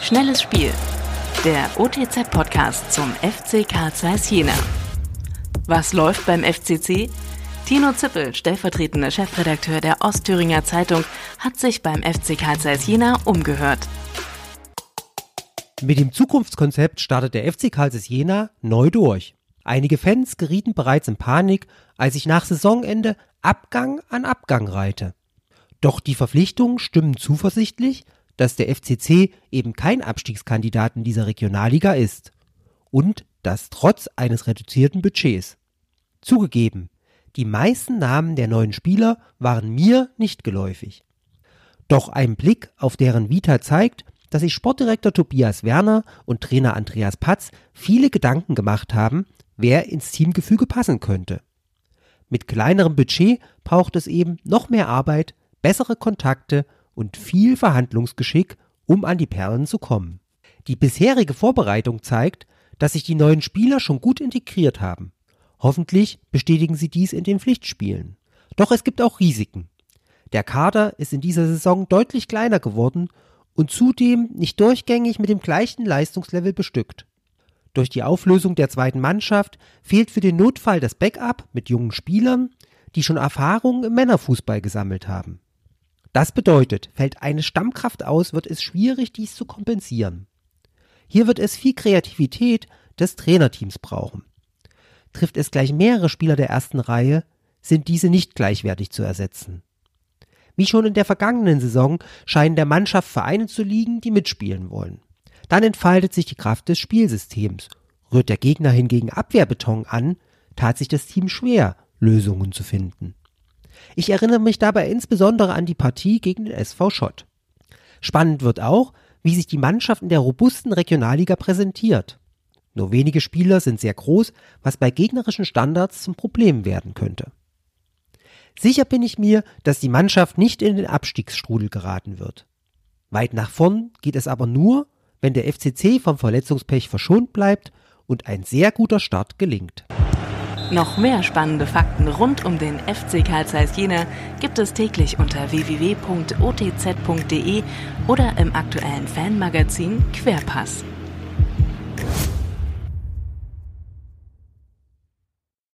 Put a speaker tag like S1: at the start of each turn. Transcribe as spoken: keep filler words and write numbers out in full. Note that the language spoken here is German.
S1: Schnelles Spiel. Der O T Z-Podcast zum F C Carl Zeiss Jena. Was läuft beim F C C? Tino Zippel, stellvertretender Chefredakteur der Ostthüringer Zeitung, hat sich beim F C Carl Zeiss Jena umgehört.
S2: Mit dem Zukunftskonzept startet der F C Carl Zeiss Jena neu durch. Einige Fans gerieten bereits in Panik, als sich nach Saisonende Abgang an Abgang reihte. Doch die Verpflichtungen stimmen zuversichtlich, dass der F C C eben kein Abstiegskandidat in dieser Regionalliga ist. Und das trotz eines reduzierten Budgets. Zugegeben, die meisten Namen der neuen Spieler waren mir nicht geläufig. Doch ein Blick auf deren Vita zeigt, dass sich Sportdirektor Tobias Werner und Trainer Andreas Patz viele Gedanken gemacht haben, wer ins Teamgefüge passen könnte. Mit kleinerem Budget braucht es eben noch mehr Arbeit, bessere Kontakte und viel Verhandlungsgeschick, um an die Perlen zu kommen. Die bisherige Vorbereitung zeigt, dass sich die neuen Spieler schon gut integriert haben. Hoffentlich bestätigen sie dies in den Pflichtspielen. Doch es gibt auch Risiken. Der Kader ist in dieser Saison deutlich kleiner geworden und zudem nicht durchgängig mit dem gleichen Leistungslevel bestückt. Durch die Auflösung der zweiten Mannschaft fehlt für den Notfall das Backup mit jungen Spielern, die schon Erfahrungen im Männerfußball gesammelt haben. Das bedeutet, fällt eine Stammkraft aus, wird es schwierig, dies zu kompensieren. Hier wird es viel Kreativität des Trainerteams brauchen. Trifft es gleich mehrere Spieler der ersten Reihe, sind diese nicht gleichwertig zu ersetzen. Wie schon in der vergangenen Saison scheinen der Mannschaft Vereine zu liegen, die mitspielen wollen. Dann entfaltet sich die Kraft des Spielsystems. Rührt der Gegner hingegen Abwehrbeton an, tat sich das Team schwer, Lösungen zu finden. Ich erinnere mich dabei insbesondere an die Partie gegen den S V Schott. Spannend wird auch, wie sich die Mannschaft in der robusten Regionalliga präsentiert. Nur wenige Spieler sind sehr groß, was bei gegnerischen Standards zum Problem werden könnte. Sicher bin ich mir, dass die Mannschaft nicht in den Abstiegsstrudel geraten wird. Weit nach vorn geht es aber nur, wenn der F C C vom Verletzungspech verschont bleibt und ein sehr guter Start gelingt.
S1: Noch mehr spannende Fakten rund um den F C Carl Zeiss Jena gibt es täglich unter w w w punkt o t z punkt d e oder im aktuellen Fanmagazin Querpass.